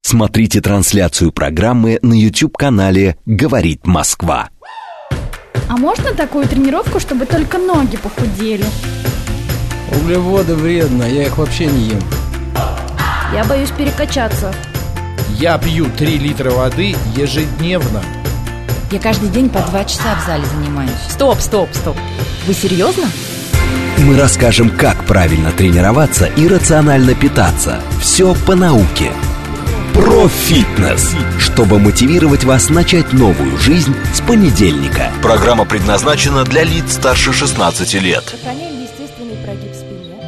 Смотрите трансляцию программы на YouTube-канале «Говорит Москва». А можно такую тренировку, чтобы только ноги похудели? Углеводы вредно, я их вообще не ем. Я боюсь перекачаться. Я пью 3 литра воды ежедневно. Я каждый день по 2 часа в зале занимаюсь. Стоп. Вы серьезно? Мы расскажем, как правильно тренироваться и рационально питаться. Все по науке. Про фитнес, чтобы мотивировать вас начать новую жизнь с понедельника. Программа предназначена для лиц старше 16 лет. Сохраняем естественный прогиб в спине.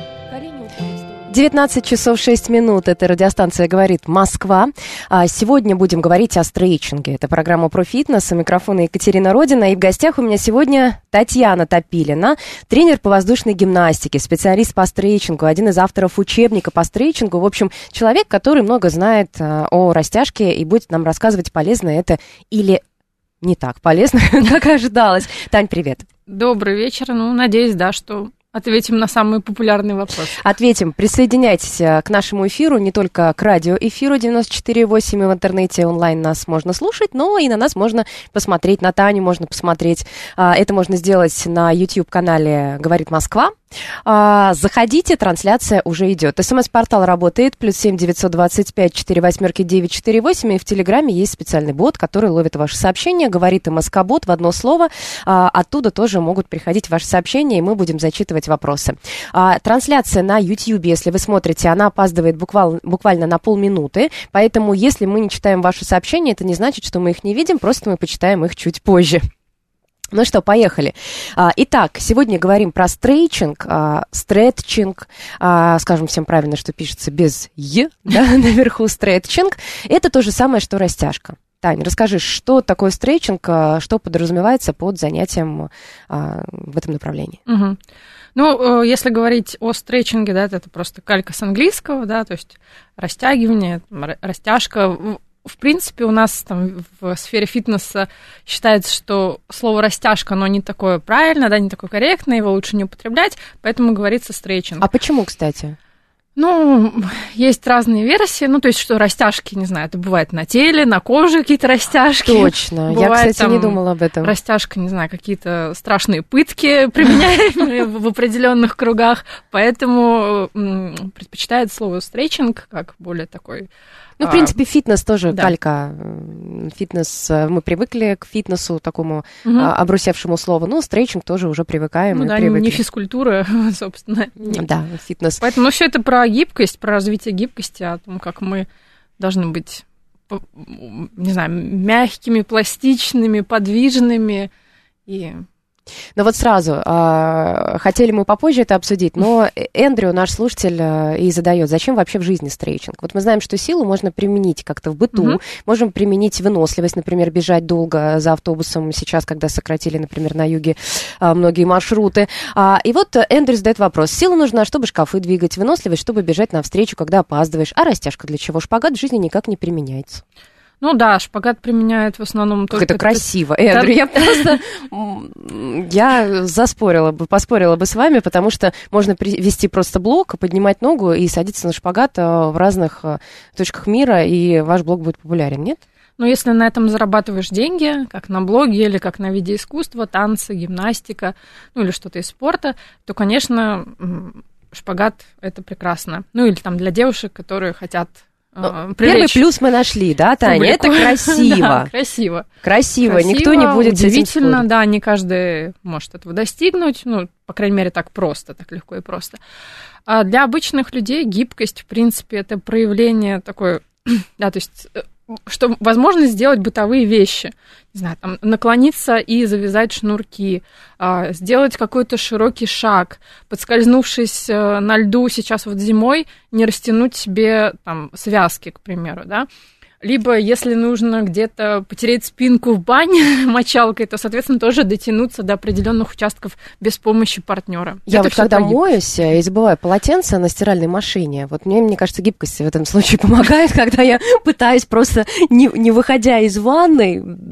19 часов 6 минут. Это радиостанция «Говорит Москва». Сегодня будем говорить о стрейчинге. Это программа про фитнес. У микрофона Екатерина Родина. И в гостях у меня сегодня Татьяна Топилина, тренер по воздушной гимнастике, специалист по стрейчингу, один из авторов учебника по стрейчингу. В общем, человек, который много знает о растяжке и будет нам рассказывать, полезно это или не так полезно, как ожидалось. Тань, привет. Добрый вечер. Надеюсь, что ответим на самые популярные вопросы. Ответим. Присоединяйтесь к нашему эфиру, не только к радиоэфиру 94.8, и в интернете онлайн нас можно слушать, но и на нас можно посмотреть, на Таню можно посмотреть. Это можно сделать на YouTube-канале «Говорит Москва». Заходите, трансляция уже идет. СМС-портал работает, +7 925 48 948, и в Телеграме есть специальный бот, который ловит ваши сообщения, говорит МСК-бот в одно слово. Оттуда тоже могут приходить ваши сообщения, и мы будем зачитывать вопросы. Трансляция на YouTube, если вы смотрите, она опаздывает буквально на полминуты, поэтому если мы не читаем ваши сообщения, это не значит, что мы их не видим, просто мы почитаем их чуть позже. Ну что, поехали. Итак, сегодня говорим про стрейчинг, стретчинг, скажем всем правильно, что пишется без «й», да, наверху стретчинг. Это то же самое, что растяжка. Таня, расскажи, что такое стрейчинг, что подразумевается под занятием в этом направлении? Угу. Если говорить о стретчинге, это просто калька с английского, то есть растягивание, растяжка. В принципе, у нас там в сфере фитнеса считается, что слово «растяжка», оно не такое правильное, не такое корректное, его лучше не употреблять, поэтому говорится стрейчинг. А почему, кстати? Есть разные версии, то есть, что растяжки, не знаю, это бывает на теле, на коже какие-то растяжки. Точно, бывает, я, кстати, не думала об этом. Rастяжка, не знаю, какие-то страшные пытки, применяемые в определенных кругах, поэтому предпочитают слово «стрейчинг» как более такой... в принципе, фитнес тоже калька. Фитнес, мы привыкли к фитнесу, такому обрусевшему слову. Стрейчинг тоже уже привыкаем. Не физкультура, собственно. Нет. Да, фитнес. Поэтому все это про гибкость, про развитие гибкости, о том, как мы должны быть, не знаю, мягкими, пластичными, подвижными и... Но сразу, хотели мы попозже это обсудить, но Эндрю, наш слушатель, и задает, зачем вообще в жизни стрейчинг? Мы знаем, что силу можно применить как-то в быту, можем применить выносливость, например, бежать долго за автобусом сейчас, когда сократили, например, на юге многие маршруты. И Эндрю задает вопрос, сила нужна, чтобы шкафы двигать, выносливость, чтобы бежать навстречу, когда опаздываешь, а растяжка для чего? Шпагат в жизни никак не применяется. Шпагат применяют в основном только... Это красиво, Эндрю, я поспорила бы с вами, потому что можно вести просто блок, поднимать ногу и садиться на шпагат в разных точках мира, и ваш блок будет популярен, нет? Если на этом зарабатываешь деньги, как на блоге или как на виде искусства, танцы, гимнастика, или что-то из спорта, то, конечно, шпагат – это прекрасно. Или для девушек, которые хотят... Первый плюс мы нашли, да, Таня? Это красиво. Да, красиво. Красиво, никто не будет с этим спорить. Удивительно, не каждый может этого достигнуть, по крайней мере, так просто, так легко и просто. А для обычных людей гибкость, в принципе, это проявление такое, то есть, что возможность сделать бытовые вещи. Не знаю, наклониться и завязать шнурки, сделать какой-то широкий шаг, подскользнувшись на льду сейчас зимой, не растянуть себе связки, к примеру, Либо, если нужно где-то потереть спинку в бане мочалкой, то, соответственно, тоже дотянуться до определенных участков без помощи партнера. Я когда моюсь и забываю полотенце на стиральной машине, мне кажется, гибкость в этом случае помогает, когда я пытаюсь просто, не выходя из ванной,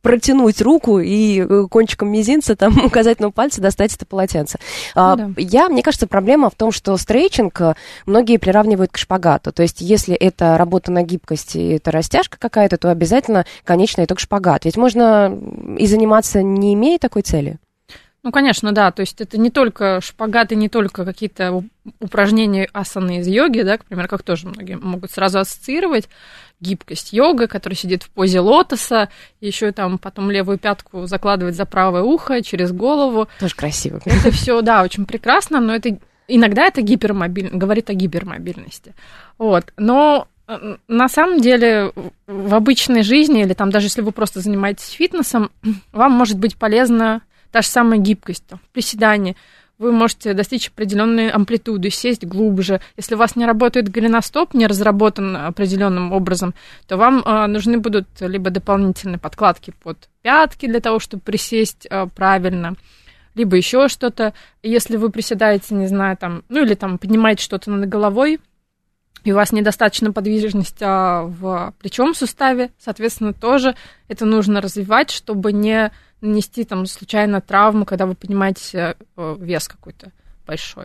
протянуть руку и кончиком мизинца, там, указательного пальца достать это полотенце. Мне кажется, проблема в том, что стрейчинг многие приравнивают к шпагату. То есть, если это работа на гибкость и это растяжка какая-то, то обязательно конечный итог шпагат. Ведь можно и заниматься, не имея такой цели. Ну, конечно, да. То есть это не только шпагат и не только какие-то упражнения асаны из йоги, да, например, как тоже многие могут сразу ассоциировать. Гибкость йога, которая сидит в позе лотоса, еще там потом левую пятку закладывать за правое ухо, через голову. Тоже красиво. Это все, да, очень прекрасно, но это иногда это говорит о гипермобильности. Вот. Но на самом деле в обычной жизни, или там даже если вы просто занимаетесь фитнесом, вам может быть полезна та же самая гибкость в приседании. Вы можете достичь определенной амплитуды, сесть глубже. Если у вас не работает голеностоп, не разработан определенным образом, то вам нужны будут либо дополнительные подкладки под пятки для того, чтобы присесть правильно, либо еще что-то. Если вы приседаете, не знаю, там, ну или там поднимаете что-то над головой, и у вас недостаточно подвижности в плечевом суставе, соответственно, тоже это нужно развивать, чтобы не нанести там случайно травму, когда вы поднимаете вес какой-то большой.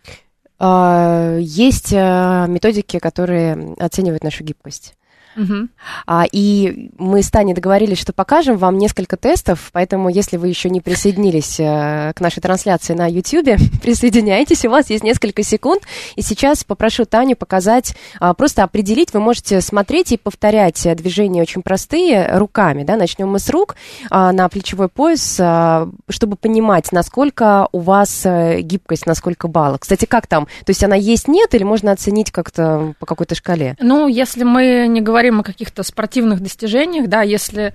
Есть методики, которые оценивают нашу гибкость. Угу. И мы с Таней договорились, что покажем вам несколько тестов, поэтому если вы еще не присоединились к нашей трансляции на YouTube, присоединяйтесь, у вас есть несколько секунд, и сейчас попрошу Таню показать, просто определить, вы можете смотреть и повторять движения очень простые руками, да, начнем мы с рук на плечевой пояс, чтобы понимать, насколько у вас гибкость, на сколько баллов. Кстати, как там? То есть она есть, нет, или можно оценить как-то по какой-то шкале? Ну, если мы не говорим о каких-то спортивных достижениях, да, если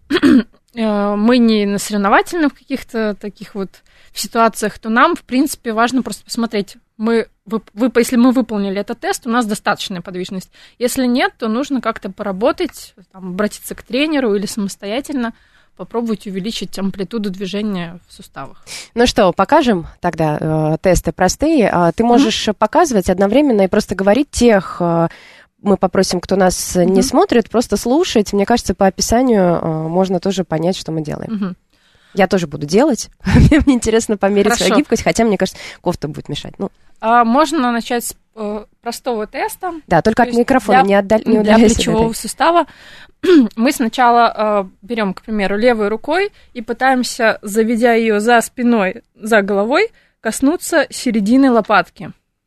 мы не на соревновательных каких-то таких вот ситуациях, то нам, в принципе, важно просто посмотреть, если мы выполнили этот тест, у нас достаточная подвижность. Если нет, то нужно как-то поработать, там, обратиться к тренеру или самостоятельно попробовать увеличить амплитуду движения в суставах. Ну что, покажем тогда тесты простые. Ты можешь показывать одновременно и просто говорить тех... Мы попросим, кто нас не смотрит, просто слушать. Мне кажется, по описанию можно тоже понять, что мы делаем. Я тоже буду делать. Мне интересно померить свою гибкость, хотя, мне кажется, кофта будет мешать. Можно начать с простого теста. Да, только от микрофона не удаляйся. Для плечевого сустава мы сначала берем, к примеру, левой рукой и пытаемся, заведя ее за спиной, за головой, коснуться середины лопатки.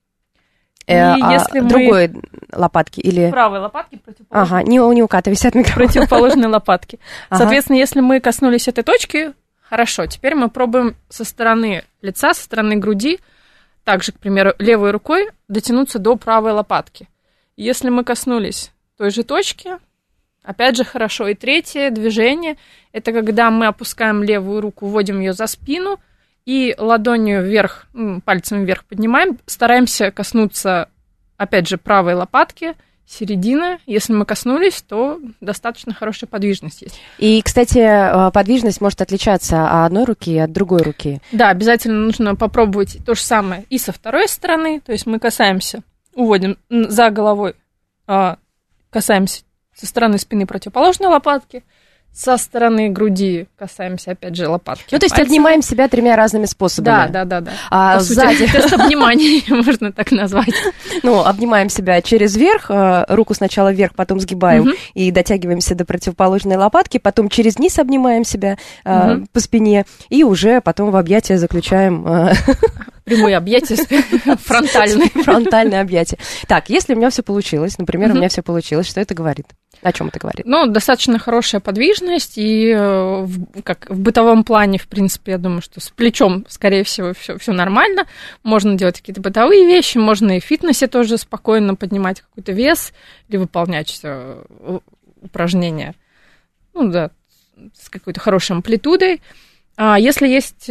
Если другой лопатки или... Правой лопатки противоположной. Ага, не укатывайся от микрофона. Противоположной лопатки. Соответственно, если мы коснулись этой точки, хорошо. Теперь мы пробуем со стороны лица, со стороны груди, также, к примеру, левой рукой дотянуться до правой лопатки. Если мы коснулись той же точки, опять же, хорошо. И третье движение, это когда мы опускаем левую руку, вводим ее за спину, и ладонью вверх, пальцем вверх поднимаем, стараемся коснуться, опять же, правой лопатки, середины. Если мы коснулись, то достаточно хорошая подвижность есть. И, кстати, подвижность может отличаться от одной руки и от другой руки. Да, обязательно нужно попробовать то же самое и со второй стороны. То есть мы касаемся, уводим за головой, касаемся со стороны спины противоположной лопатки, со стороны груди касаемся, опять же, лопатки. Ну, то есть обнимаем себя тремя разными способами. Да. А сзади... Тест обнимания можно так назвать. Ну, обнимаем себя через верх, руку сначала вверх, потом сгибаем и дотягиваемся до противоположной лопатки, потом через низ обнимаем себя по спине и уже потом в объятия заключаем... Прямое объятие, фронтальное объятие. Так, если у меня все получилось, например, у меня все получилось, что это говорит? О чем это говорит? Ну, достаточно хорошая подвижность, и как в бытовом плане, в принципе, я думаю, что с плечом, скорее всего, все нормально. Можно делать какие-то бытовые вещи, можно и в фитнесе тоже спокойно поднимать какой-то вес или выполнять упражнения, ну да, с какой-то хорошей амплитудой. А если есть...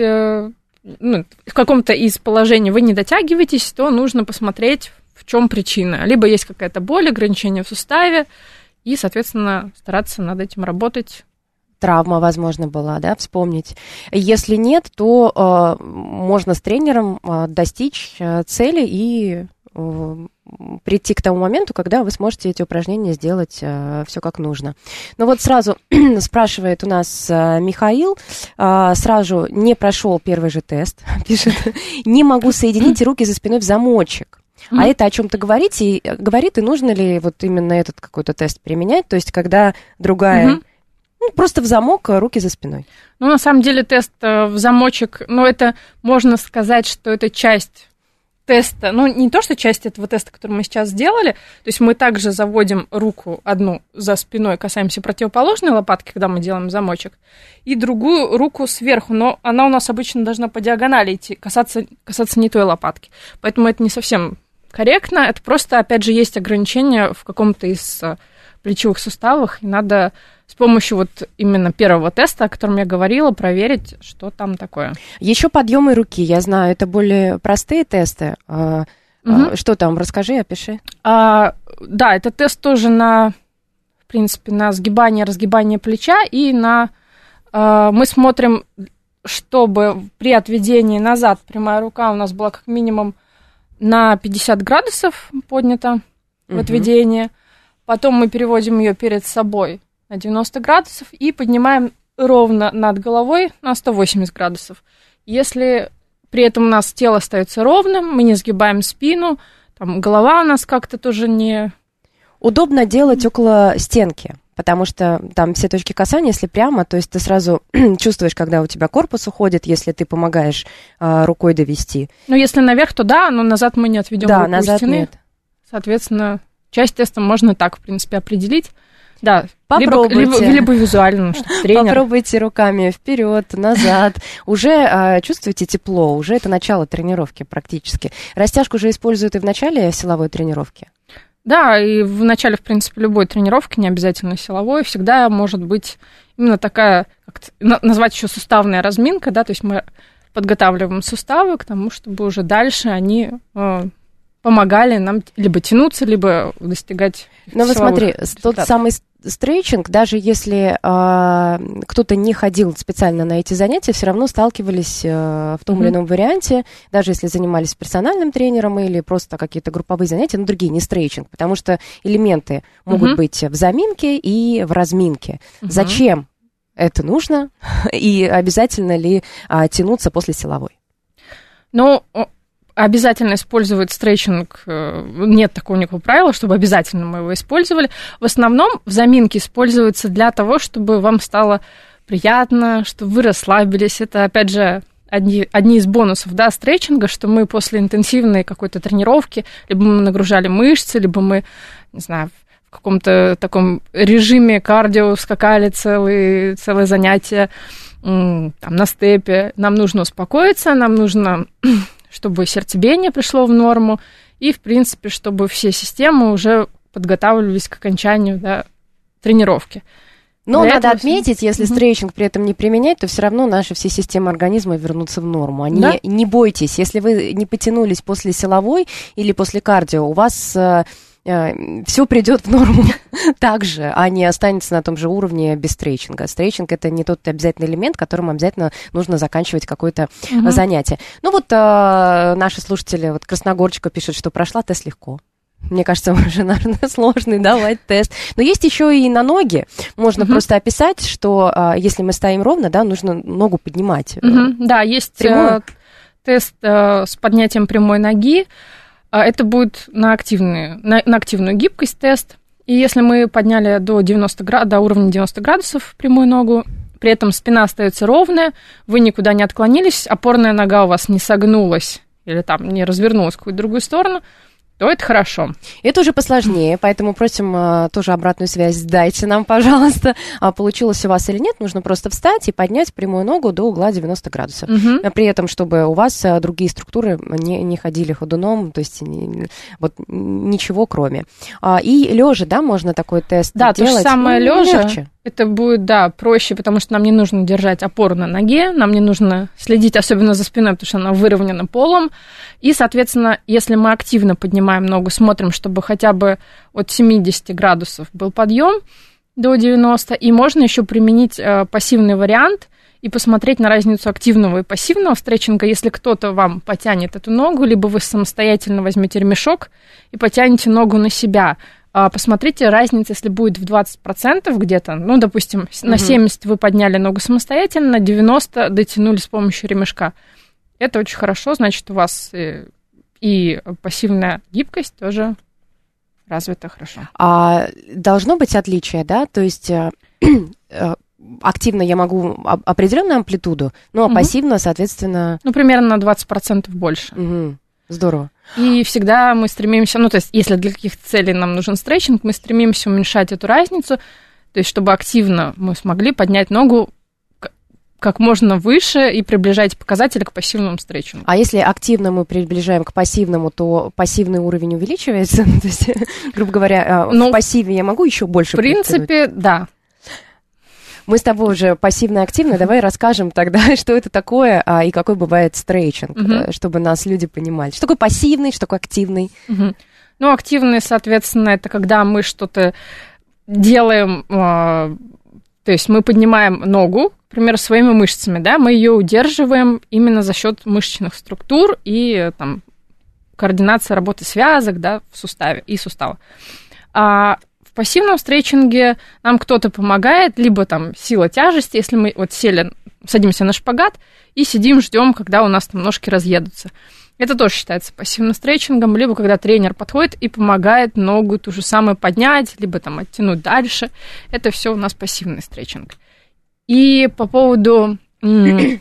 в каком-то из положений вы не дотягиваетесь, то нужно посмотреть, в чем причина. Либо есть какая-то боль, ограничение в суставе, и, соответственно, стараться над этим работать. Травма, возможно, была, да, вспомнить. Если нет, то можно с тренером достичь цели и прийти к тому моменту, когда вы сможете эти упражнения сделать все как нужно. Но вот сразу спрашивает у нас Михаил, сразу не прошел первый же тест, пишет, не могу соединить руки за спиной в замочек. А это о чем-то говорит, и нужно ли вот именно этот какой-то тест применять, то есть когда другая... просто в замок, руки за спиной. Ну, на самом деле, тест в замочек, это можно сказать, что это часть теста, не то, что часть этого теста, который мы сейчас сделали, то есть мы также заводим руку одну за спиной, касаемся противоположной лопатки, когда мы делаем замочек, и другую руку сверху, но она у нас обычно должна по диагонали идти, касаться не той лопатки. Поэтому это не совсем корректно, это просто, опять же, есть ограничения в каком-то из плечевых суставах, и надо с помощью вот именно первого теста, о котором я говорила, проверить, что там такое. Еще подъемы руки, я знаю, это более простые тесты. Что там, расскажи, опиши. Да, это тест тоже в принципе, на разгибание плеча, и мы смотрим, чтобы при отведении назад прямая рука у нас была как минимум на 50 градусов поднята в отведении. Потом мы переводим ее перед собой на 90 градусов и поднимаем ровно над головой на 180 градусов. Если при этом у нас тело остается ровным, мы не сгибаем спину, там голова у нас как-то тоже не... Удобно делать около стенки, потому что там все точки касания, если прямо, то есть ты сразу чувствуешь, когда у тебя корпус уходит, если ты помогаешь рукой довести. Если наверх, то да, но назад мы не отведем руку назад у стены. Нет. Соответственно, часть теста можно так, в принципе, определить. Да, попробуйте. Либо визуально, чтобы тренер... Попробуйте руками вперед, назад. Уже чувствуете тепло, уже это начало тренировки практически. Растяжку же используют и в начале силовой тренировки. Да, и в начале, в принципе, любой тренировки, не обязательно силовой, всегда может быть именно такая, назвать еще суставная разминка, да, то есть мы подготавливаем суставы к тому, чтобы уже дальше они помогали нам либо тянуться, либо достигать силовых результатов. Тот самый стрейчинг, даже если кто-то не ходил специально на эти занятия, все равно сталкивались в том или ином варианте, даже если занимались персональным тренером или просто какие-то групповые занятия, но другие, не стрейчинг, потому что элементы могут быть в заминке и в разминке. Зачем это нужно и обязательно ли тянуться после силовой? Обязательно использовать стретчинг, нет такого никакого правила, чтобы обязательно мы его использовали. В основном в заминке используется для того, чтобы вам стало приятно, чтобы вы расслабились. Это, опять же, одни из бонусов, да, стретчинга, что мы после интенсивной какой-то тренировки, либо мы нагружали мышцы, либо мы, не знаю, в каком-то таком режиме кардио скакали целое занятие там, на степе. Нам нужно успокоиться, нам нужно... чтобы сердцебиение пришло в норму, и, в принципе, чтобы все системы уже подготавливались к окончанию тренировки. Но надо отметить, если стрейчинг при этом не применять, то все равно наши все системы организма вернутся в норму. Не бойтесь, если вы не потянулись после силовой или после кардио, у вас... все придет в норму так же, а не останется на том же уровне без стрейчинга. Стрейчинг – это не тот обязательный элемент, которым обязательно нужно заканчивать какое-то занятие. Наши слушатели, Красногорчика пишет, что прошла тест легко. Мне кажется, уже, наверное, сложный давать тест. Но есть еще и на ноги. Можно просто описать, что если мы стоим ровно, нужно ногу поднимать. Да, есть тест с поднятием прямой ноги. Это будет на активную гибкость тест. И если мы подняли до уровня 90 градусов прямую ногу, при этом спина остается ровная, вы никуда не отклонились, опорная нога у вас не согнулась или там не развернулась в какую-то другую сторону, то это хорошо. Это уже посложнее, поэтому просим тоже обратную связь. Дайте нам, пожалуйста, получилось у вас или нет. Нужно просто встать и поднять прямую ногу до угла 90 градусов. При этом, чтобы у вас другие структуры не ходили ходуном, то есть ничего кроме. И лежа, можно такой тест делать? Да, то же самое лежа. Это будет, проще, потому что нам не нужно держать опору на ноге, нам не нужно следить особенно за спиной, потому что она выровнена полом. И, соответственно, если мы активно поднимаем ногу, смотрим, чтобы хотя бы от 70 градусов был подъем до 90, и можно еще применить пассивный вариант и посмотреть на разницу активного и пассивного стретчинга. Если кто-то вам потянет эту ногу, либо вы самостоятельно возьмете ремешок и потянете ногу на себя. Посмотрите разницу, если будет в 20% где-то, ну, допустим, на 70 вы подняли ногу самостоятельно, на 90 дотянули с помощью ремешка. Это очень хорошо, значит, у вас и пассивная гибкость тоже развита хорошо. А должно быть отличие, да? То есть активно я могу определенную амплитуду, ну, а пассивно, соответственно... Ну, примерно на 20% больше. Здорово. И всегда мы стремимся, ну, то есть, если для каких-то целей нам нужен стретчинг, мы стремимся уменьшать эту разницу, то есть, чтобы активно мы смогли поднять ногу как можно выше и приближать показатели к пассивному стретчингу. А если активно мы приближаем к пассивному, то пассивный уровень увеличивается? То есть, грубо говоря, в пассиве я могу еще больше? В принципе, да. Мы с тобой уже пассивно-активно. Давай расскажем тогда, что это такое и какой бывает стрейчинг, чтобы нас люди понимали. Что такое пассивный, что такое активный? Ну, активный, соответственно, это когда мы что-то делаем, то есть мы поднимаем ногу, к примеру, своими мышцами, да, мы ее удерживаем именно за счет мышечных структур и там координации работы связок, да, в суставе и сустава. А в пассивном стретчинге нам кто-то помогает, либо там сила тяжести, если мы вот садимся на шпагат и сидим, ждем, когда у нас там ножки разъедутся. Это тоже считается пассивным стретчингом, либо когда тренер подходит и помогает ногу ту же самую поднять, либо там оттянуть дальше. Это все у нас пассивный стретчинг. И по поводу еще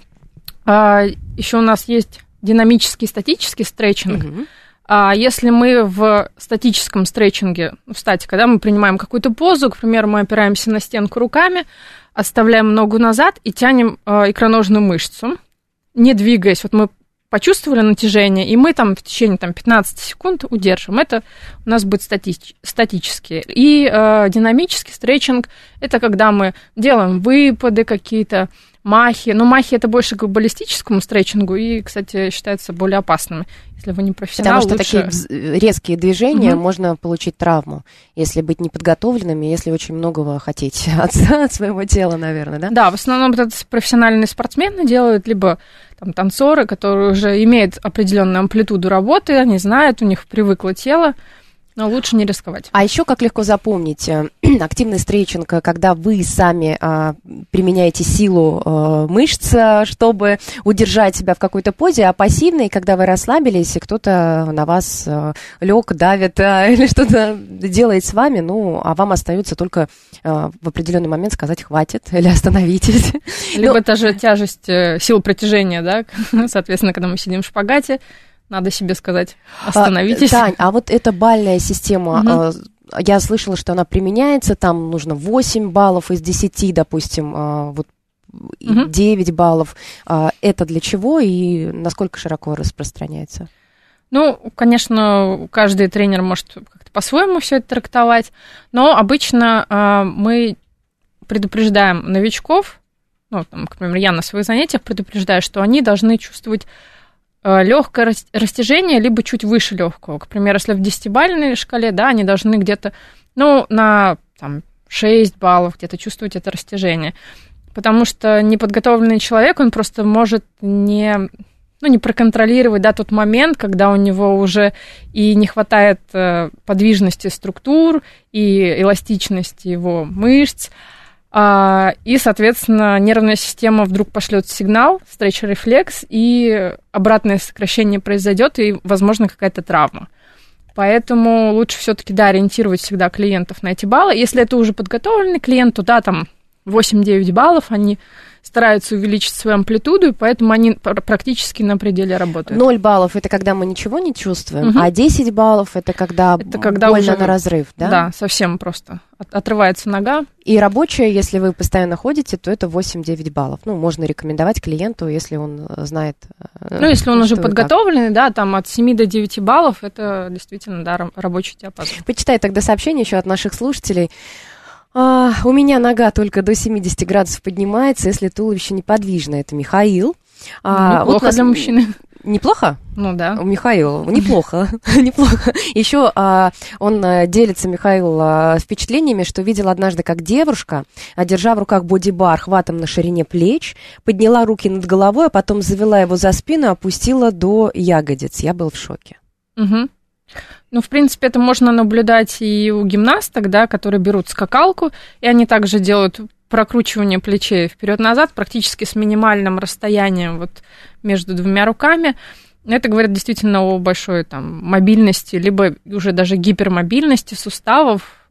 у нас есть динамический, статический стретчинг. Если мы в статическом стретчинге, в стате, когда мы принимаем какую-то позу, к примеру, мы опираемся на стенку руками, отставляем ногу назад и тянем икроножную мышцу, не двигаясь. Вот мы почувствовали натяжение, и мы там в течение 15 секунд удержим. Это у нас будет статический. И динамический стретчинг – это когда мы делаем выпады какие-то, махи. Но махи – это больше к баллистическому стретчингу и, кстати, считаются более опасными. Если вы не профессионал, потому что такие резкие движения можно получить травму, если быть неподготовленными, если очень многого хотеть от своего тела, наверное, да? Да, в основном это профессиональные спортсмены делают, либо там танцоры, которые уже имеют определенную амплитуду работы, они знают, у них привыкло тело, но лучше не рисковать. А еще как легко запомнить активный стретчинг, когда вы сами применяете силу мышц, чтобы удержать себя в какой-то позе, а пассивный, когда вы расслабились, и кто-то на вас лег, давит или что-то делает с вами, ну, а вам остается только в определенный момент сказать «хватит» или «остановитесь». Либо та же тяжесть сил притяжения, да, соответственно, когда мы сидим в шпагате, надо себе сказать «остановитесь». Тань, а вот эта бальная система, я слышала, что она применяется, там нужно 8 баллов из 10, допустим, вот 9 баллов. Это для чего и насколько широко распространяется? Ну, конечно, каждый тренер может как-то по-своему все это трактовать, но обычно мы предупреждаем новичков, ну, там, к примеру, я на своих занятиях предупреждаю, что они должны чувствовать легкое растяжение, либо чуть выше легкого. К примеру, если в 10-бальной шкале, да, они должны где-то, ну, на там, 6 баллов где-то чувствовать это растяжение. Потому что неподготовленный человек, он просто может не проконтролировать, да, тот момент, когда у него уже и не хватает подвижности структур, и эластичности его мышц, и, соответственно, нервная система вдруг пошлет сигнал, стретч-рефлекс, и обратное сокращение произойдет, и, возможно, какая-то травма. Поэтому лучше все-таки, да, ориентировать всегда клиентов на эти баллы. Если это уже подготовленный клиент, то, да, там 8-9 баллов, они стараются увеличить свою амплитуду, и поэтому они практически на пределе работают. 0 баллов – это когда мы ничего не чувствуем, а 10 баллов – это когда больно уже на разрыв, да? Да, совсем просто. Отрывается нога. И рабочая, если вы постоянно ходите, то это 8-9 баллов. Ну, можно рекомендовать клиенту, если он знает. Ну, если он уже подготовленный, да, там от 7 до 9 баллов, это действительно, да, рабочий диапазон. Почитай тогда сообщение еще от наших слушателей. У меня нога только до 70 градусов поднимается, если туловище неподвижно. Это Михаил. Неплохо для мужчины. Неплохо? Ну да. У Михаила неплохо, неплохо. Еще он делится, Михаил, впечатлениями, что видел однажды, как девушка, держа в руках бодибар хватом на ширине плеч, подняла руки над головой, а потом завела его за спину, опустила до ягодиц. Я был в шоке. Угу. Ну, в принципе, это можно наблюдать и у гимнасток, да, которые берут скакалку, и они также делают прокручивание плечей вперед-назад практически с минимальным расстоянием вот между двумя руками. Это говорит действительно о большой там мобильности, либо уже даже гипермобильности суставов.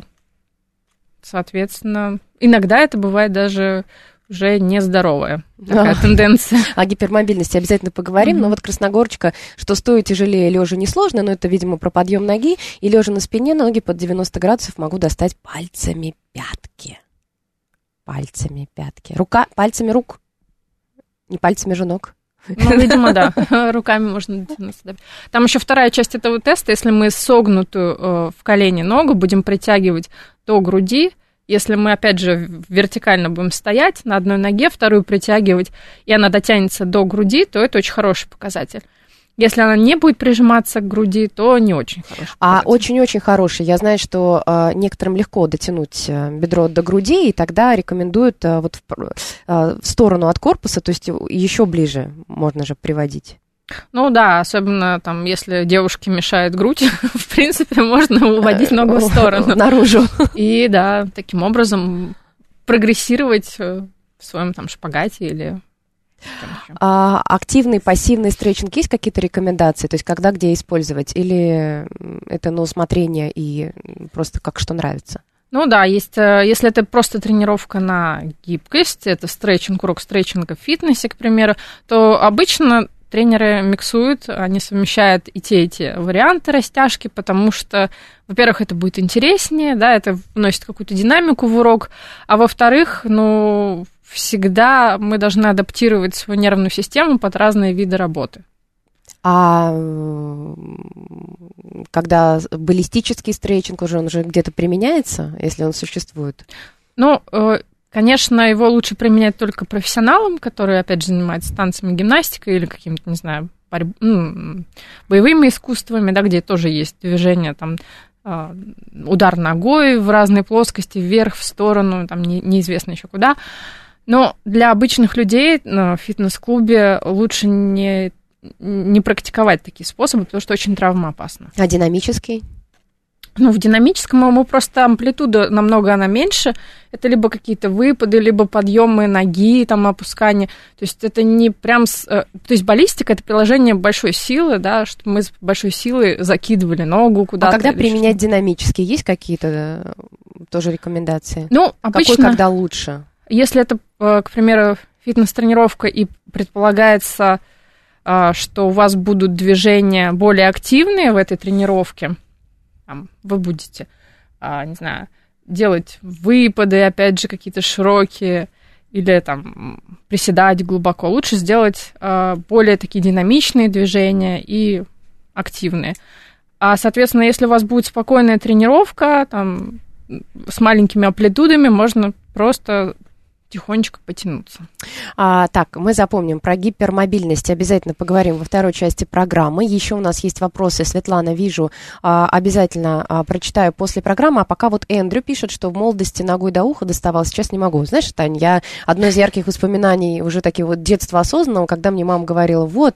Соответственно, иногда это бывает даже уже нездоровая такая тенденция. О гипермобильности обязательно поговорим, но вот красногорчика, что стоит тяжелее лежа несложно, но это, видимо, про подъем ноги, и лежа на спине, ноги под 90 градусов могу достать пальцами пятки. Пальцами пятки. Пальцами рук, не пальцами же ног. Ну, видимо, да. Руками можно дотянуться. Там еще вторая часть этого теста. Если мы согнутую в колене ногу будем притягивать до груди, если мы, опять же, вертикально будем стоять на одной ноге, вторую притягивать, и она дотянется до груди, то это очень хороший показатель. Если она не будет прижиматься к груди, то не очень хороший. А очень-очень хороший. Я знаю, что некоторым легко дотянуть бедро до груди, и тогда рекомендуют вот в сторону от корпуса, то есть еще ближе можно же приводить. Ну да, особенно там, если девушке мешает грудь, в принципе, можно уводить ногу в сторону. Наружу. И да, таким образом прогрессировать в своем там шпагате или... Активный, пассивный стретчинг, есть какие-то рекомендации? То есть когда, где использовать? Или это на усмотрение и просто как что нравится? Ну да, есть, если это просто тренировка на гибкость, это стретчинг, урок стретчинга в фитнесе, к примеру, то обычно тренеры миксуют, они совмещают и те варианты растяжки, потому что, во-первых, это будет интереснее, да, это вносит какую-то динамику в урок, а во-вторых, ну, всегда мы должны адаптировать свою нервную систему под разные виды работы. А когда баллистический стретчинг уже, он уже где-то применяется, если он существует? Ну, конечно, его лучше применять только профессионалам, которые, опять же, занимаются танцами, гимнастикой или какими-то, не знаю, боевыми искусствами, да, где тоже есть движение, там, удар ногой в разные плоскости, вверх, в сторону, там, неизвестно еще куда. Но для обычных людей в фитнес-клубе лучше не практиковать такие способы, потому что очень травмоопасно. А динамический? Ну, в динамическом ему просто амплитуда намного она меньше. Это либо какие-то выпады, либо подъемы ноги, там, опускание. То есть это не прям... То есть баллистика — это приложение большой силы, да, что мы с большой силой закидывали ногу куда-то. А когда применять динамический, есть какие-то тоже рекомендации? Ну, обычно... Какой, когда лучше? Если это, к примеру, фитнес-тренировка и предполагается, что у вас будут движения более активные в этой тренировке, там, вы будете, не знаю, делать выпады, опять же, какие-то широкие, или там приседать глубоко, лучше сделать более такие динамичные движения и активные. А, соответственно, если у вас будет спокойная тренировка, там, с маленькими амплитудами, можно просто тихонечко потянуться. Так, мы запомним про гипермобильность, обязательно поговорим во второй части программы. Еще у нас есть вопросы, Светлана, вижу, обязательно прочитаю после программы. А пока вот Эндрю пишет, что в молодости ногой до уха доставал, сейчас не могу. Знаешь, Тань, одно из ярких воспоминаний уже такие вот детства осознанного, когда мне мама говорила, вот,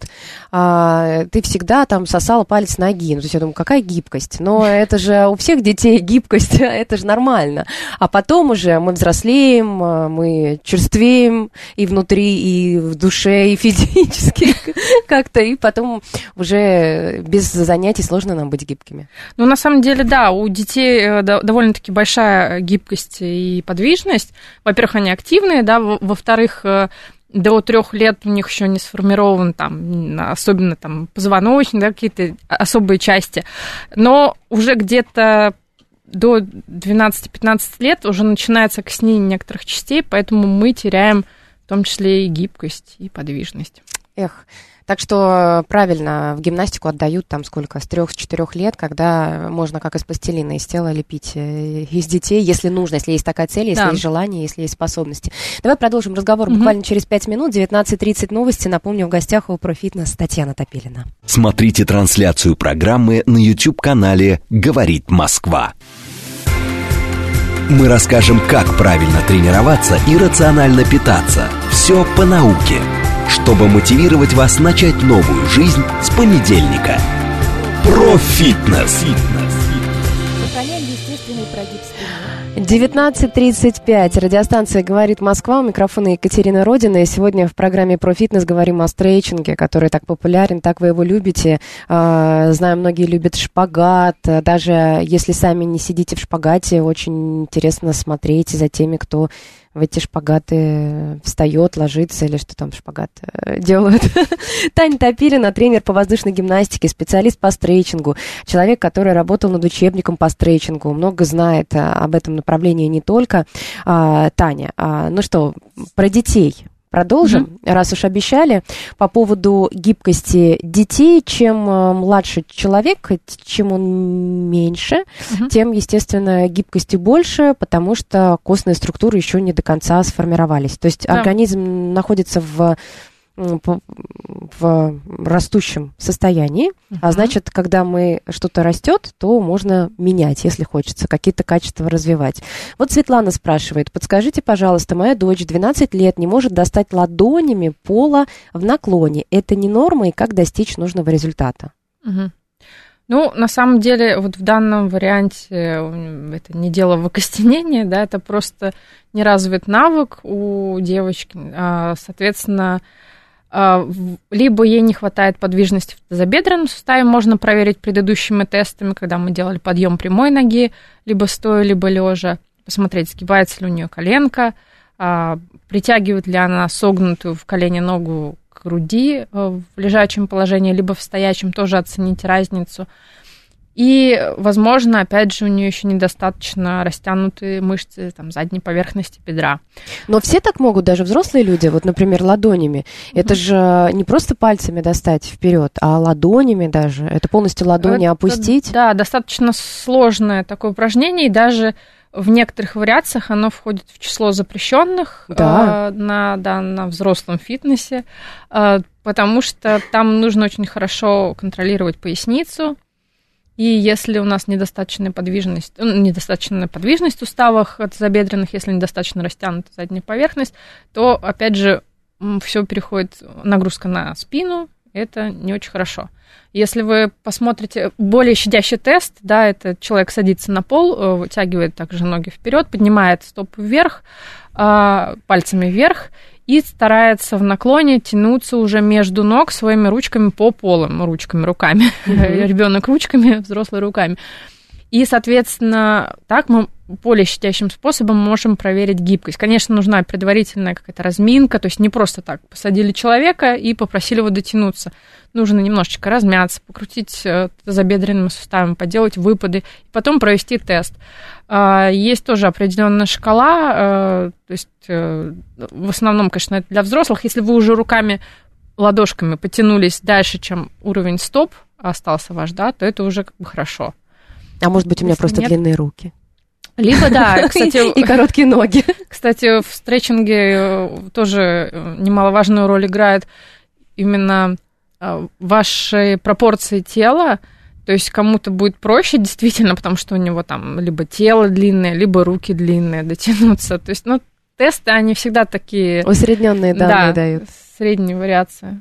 ты всегда там сосала палец ноги. Ну, то есть я думаю, какая гибкость? Но это же у всех детей гибкость, это же нормально. А потом уже мы взрослеем, мы черствеем и внутри, и в душе, и физически как-то, и потом уже без занятий сложно нам быть гибкими. Ну, на самом деле, да, у детей довольно-таки большая гибкость и подвижность. Во-первых, они активные, да, во-вторых, до 3 лет у них еще не сформирован, там, особенно там, позвоночник, да, какие-то особые части. Но уже где-то до 12-15 лет уже начинается окостенение некоторых частей, поэтому мы теряем в том числе и гибкость, и подвижность. Так что правильно в гимнастику отдают там сколько, с 3-4 лет, когда можно как из пластилина из тела лепить из детей, если нужно, если есть такая цель, если есть желание, если есть способности. Давай продолжим разговор буквально через 5 минут. 19:30 новости. Напомню, в гостях у «Профитнес» Татьяна Топилина. Смотрите трансляцию программы на YouTube-канале «Говорит Москва». Мы расскажем, как правильно тренироваться и рационально питаться. Все по науке, чтобы мотивировать вас начать новую жизнь с понедельника. Профитнес. 19:35. Радиостанция «Говорит Москва». У микрофона Екатерина Родина. И сегодня в программе «Профитнес» говорим о стретчинге, который так популярен, так вы его любите. Знаю, многие любят шпагат. Даже если сами не сидите в шпагате, очень интересно смотреть за теми, кто в эти шпагаты встает, ложится или что там шпагат делают. Таня Топилина, тренер по воздушной гимнастике, специалист по стретчингу, человек, который работал над учебником по стретчингу, много знает об этом направлении не только. Таня, ну что, про детей продолжим, раз уж обещали. По поводу гибкости детей, чем младше человек, чем он меньше, тем, естественно, гибкости больше, потому что костные структуры еще не до конца сформировались. То есть организм находится в растущем состоянии, а значит, когда что-то растет, то можно менять, если хочется, какие-то качества развивать. Вот Светлана спрашивает: подскажите, пожалуйста, моя дочь 12 лет не может достать ладонями пола в наклоне. Это не норма, и как достичь нужного результата? Ну, на самом деле, вот в данном варианте это не дело в окостенении, да, это просто неразвит навык у девочки, соответственно, либо ей не хватает подвижности в тазобедренном суставе, можно проверить предыдущими тестами, когда мы делали подъем прямой ноги, либо стоя, либо лежа, посмотреть, сгибается ли у нее коленка, притягивает ли она согнутую в колене ногу к груди в лежачем положении, либо в стоячем, тоже оцените разницу. И, возможно, опять же, у нее еще недостаточно растянутые мышцы там, задней поверхности бедра. Но все так могут, даже взрослые люди, вот, например, ладонями. Это же не просто пальцами достать вперед, а ладонями даже. Это полностью ладони опустить. Да, достаточно сложное такое упражнение, и даже в некоторых вариациях оно входит в число запрещенных на взрослом фитнесе, потому что там нужно очень хорошо контролировать поясницу. И если у нас недостаточная подвижность в суставах тазобедренных, если недостаточно растянута задняя поверхность, то, опять же, все переходит, нагрузка на спину, это не очень хорошо. Если вы посмотрите более щадящий тест, да, это человек садится на пол, вытягивает также ноги вперед, поднимает стопы вверх, пальцами вверх, и старается в наклоне тянуться уже между ног своими ручками по полу, руками. Ребенок ручками, взрослый руками. И, соответственно, так мы более щадящим способом можем проверить гибкость. Конечно, нужна предварительная какая-то разминка, то есть не просто так посадили человека и попросили его дотянуться. Нужно немножечко размяться, покрутить тазобедренным суставом, поделать выпады, и потом провести тест. Есть тоже определенная шкала, то есть в основном, конечно, это для взрослых. Если вы уже руками, ладошками потянулись дальше, чем уровень стоп остался ваш, да, то это уже как бы хорошо. А может быть, у меня просто длинные руки. Либо, да, кстати... И короткие ноги. Кстати, в стретчинге тоже немаловажную роль играет именно ваши пропорции тела. То есть кому-то будет проще действительно, потому что у него там либо тело длинное, либо руки длинные, дотянуться. То есть, тесты, они всегда такие... Усредненные данные дают. Средние вариации.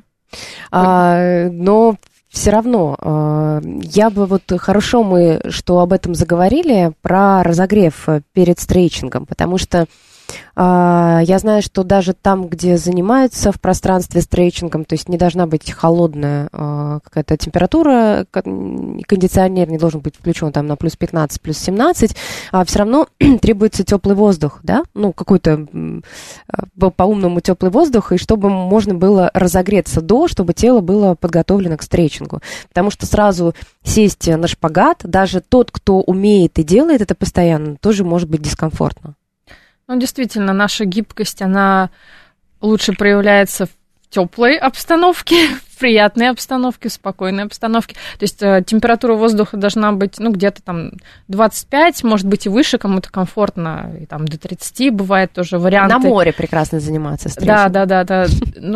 Но все равно, я бы хорошо что об этом заговорили, про разогрев перед стретчингом, потому что я знаю, что даже там, где занимаются в пространстве стретчингом, то есть не должна быть холодная какая-то температура, кондиционер не должен быть включен там на плюс 15, плюс 17, все равно требуется теплый воздух, да, какой-то по-умному теплый воздух, и чтобы можно было разогреться чтобы тело было подготовлено к стретчингу. Потому что сразу сесть на шпагат, даже тот, кто умеет и делает это постоянно, тоже может быть дискомфортно. Действительно, наша гибкость, она лучше проявляется в теплой обстановке, в приятной обстановке, в спокойной обстановке. То есть температура воздуха должна быть, где-то там 25, может быть, и выше, кому-то комфортно, и там до 30 бывает тоже варианты. На море прекрасно заниматься стретчингом. Да.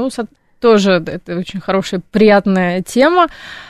Тоже это очень хорошая, приятная тема.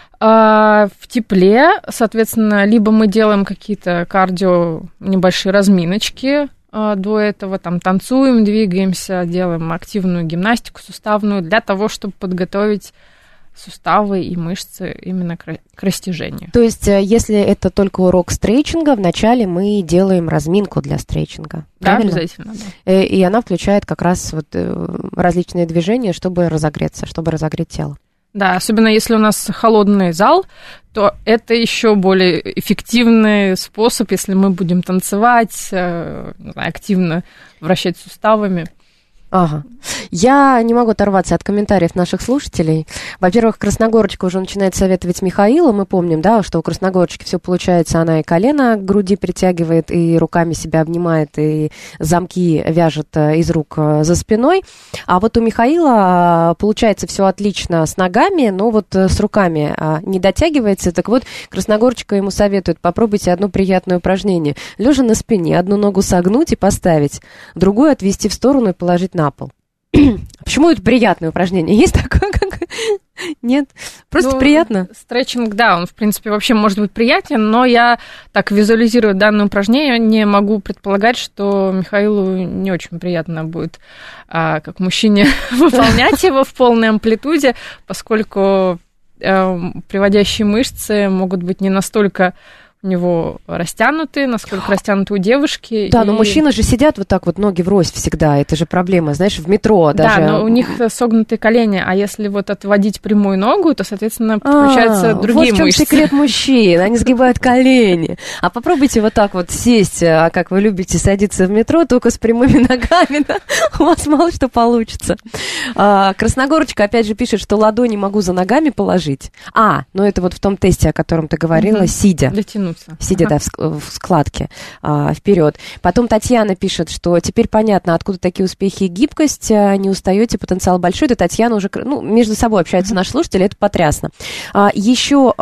В тепле, соответственно, либо мы делаем какие-то кардио, небольшие разминочки, до этого там танцуем, двигаемся, делаем активную гимнастику суставную для того, чтобы подготовить суставы и мышцы именно к растяжению. То есть, если это только урок стретчинга, вначале мы делаем разминку для стретчинга. Да, правильно? обязательно. Да. И она включает как раз различные движения, чтобы разогреться, чтобы разогреть тело. Да, особенно если у нас холодный зал, то это еще более эффективный способ, если мы будем танцевать, активно вращать суставами. Ага. Я не могу оторваться от комментариев наших слушателей. Во-первых, Красногорочка уже начинает советовать Михаила. Мы помним, да, что у Красногорочки все получается. Она и колено к груди притягивает, и руками себя обнимает, и замки вяжет из рук за спиной. А вот у Михаила получается все отлично с ногами, но вот с руками не дотягивается. Так вот, Красногорочка ему советует: попробуйте одно приятное упражнение. Лежа на спине, одну ногу согнуть и поставить, другую отвести в сторону и положить на пол. Почему это приятное упражнение? Есть такое? Нет? Просто приятно? Стретчинг, да, он, в принципе, вообще может быть приятен, но я так визуализирую данное упражнение, не могу предполагать, что Михаилу не очень приятно будет, как мужчине, выполнять его в полной амплитуде, поскольку приводящие мышцы могут быть не настолько у него растянуты, насколько растянуты у девушки. Да, но мужчины же сидят вот так вот, ноги врозь всегда, это же проблема, знаешь, в метро даже. Да, но у них согнутые колени, а если вот отводить прямую ногу, то, соответственно, подключаются другие мышцы. Вот в чем секрет мужчин, они сгибают колени. А попробуйте вот так вот сесть, как вы любите садиться в метро, только с прямыми ногами, да? У вас мало что получится. Красногорочка опять же пишет, что ладони могу за ногами положить. Ну это вот в том тесте, о котором ты говорила, сидя. Дотянуться. Сидя, да, в складке вперед. Потом Татьяна пишет, что теперь понятно, откуда такие успехи и гибкость, не устаете, потенциал большой. Это Татьяна уже, между собой общаются наши слушатели, это потрясно. Еще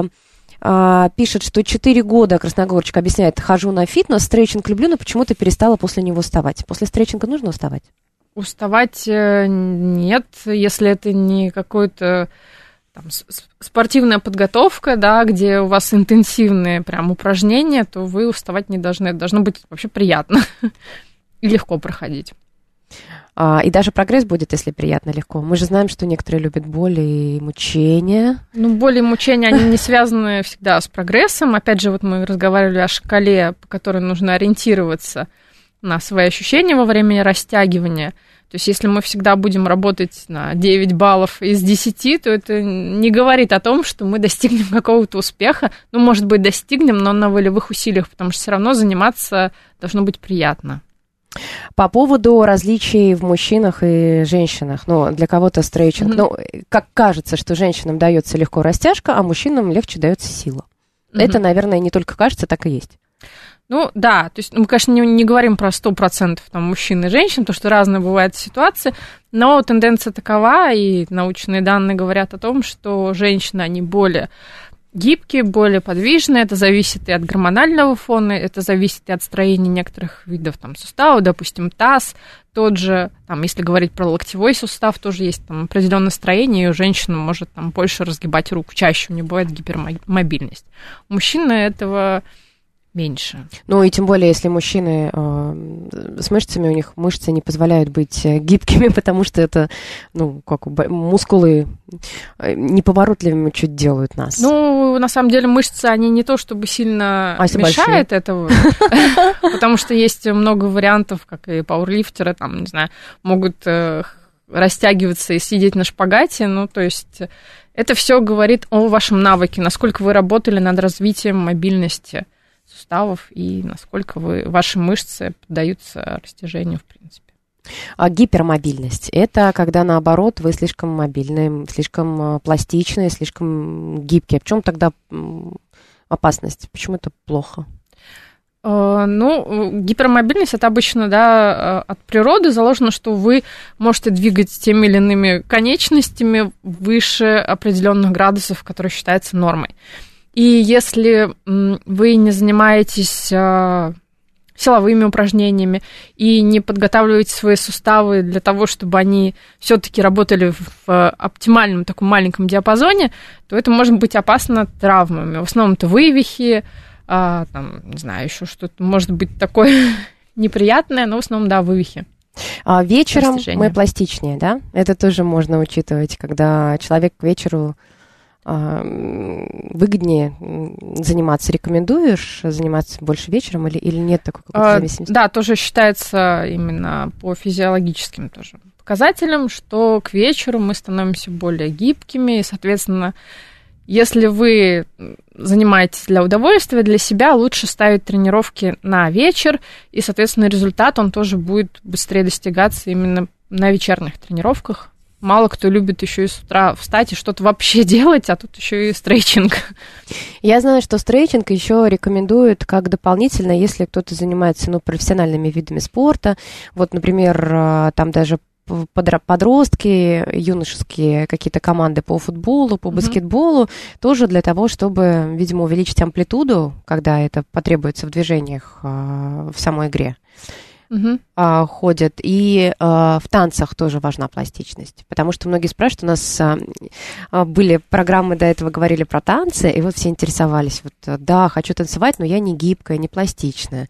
пишет, что 4 года, Красногорочка объясняет, хожу на фитнес, стретчинг люблю, но почему-то перестала после него уставать. После стретчинга нужно уставать? Уставать нет, если это не какой-то спортивная подготовка, да, где у вас интенсивные прям упражнения, то вы уставать не должны. Это должно быть вообще приятно и легко проходить. И даже прогресс будет, если приятно, легко. Мы же знаем, что некоторые любят боль и мучения. Боль и мучения, они не связаны всегда с прогрессом. Опять же, вот мы разговаривали о шкале, по которой нужно ориентироваться на свои ощущения во время растягивания. То есть если мы всегда будем работать на 9 баллов из 10, то это не говорит о том, что мы достигнем какого-то успеха. Может быть, достигнем, но на волевых усилиях, потому что все равно заниматься должно быть приятно. По поводу различий в мужчинах и женщинах. Для кого-то стретчинг. Как кажется, что женщинам дается легко растяжка, а мужчинам легче дается сила. Это, наверное, не только кажется, так и есть. Да, то есть мы, конечно, не говорим про 100% мужчин и женщин, потому что разные бывают ситуации, но тенденция такова, и научные данные говорят о том, что женщины, они более гибкие, более подвижные, это зависит и от гормонального фона, это зависит и от строения некоторых видов суставов, допустим, таз, тот же, если говорить про локтевой сустав, тоже есть определенное строение, и у женщины может больше разгибать руку, чаще у нее бывает гипермобильность. У мужчины этого меньше. И тем более, если мужчины с мышцами, у них мышцы не позволяют быть гибкими, потому что это, мускулы неповоротливыми чуть делают нас. На самом деле, мышцы, они не то чтобы сильно мешают этого, потому что есть много вариантов, как и пауэрлифтеры, могут растягиваться и сидеть на шпагате, то есть это все говорит о вашем навыке, насколько вы работали над развитием мобильности суставов и насколько ваши мышцы поддаются растяжению, в принципе. А гипермобильность – это когда, наоборот, вы слишком мобильные, слишком пластичные, слишком гибкие. В чем тогда опасность? Почему это плохо? Ну, гипермобильность, это обычно, да, от природы заложено, что вы можете двигать теми или иными конечностями выше определенных градусов, которые считаются нормой. И если вы не занимаетесь силовыми упражнениями и не подготавливаете свои суставы для того, чтобы они все-таки работали в оптимальном таком маленьком диапазоне, то это может быть опасно травмами. В основном это вывихи, там, не знаю, еще что-то может быть такое неприятное, но в основном, да, вывихи. Вечером мы пластичнее, да? Это тоже можно учитывать, когда человек к вечеру выгоднее заниматься. Рекомендуешь заниматься больше вечером или нет такой какой-то зависимости? Да, тоже считается именно по физиологическим тоже показателям, что к вечеру мы становимся более гибкими, и, соответственно, если вы занимаетесь для удовольствия, для себя, лучше ставить тренировки на вечер, и, соответственно, результат, он тоже будет быстрее достигаться именно на вечерних тренировках. Мало кто любит еще и с утра встать и что-то вообще делать, а тут еще и стрейчинг. Я знаю, что стрейчинг еще рекомендуют как дополнительно, если кто-то занимается профессиональными видами спорта. Вот, например, там даже подростки, юношеские какие-то команды по футболу, по баскетболу, тоже для того, чтобы, видимо, увеличить амплитуду, когда это потребуется в движениях в самой игре. Ходят. И в танцах тоже важна пластичность. Потому что многие спрашивают, у нас были программы до этого, говорили про танцы, и вот все интересовались. Вот, да, хочу танцевать, но я не гибкая, не пластичная.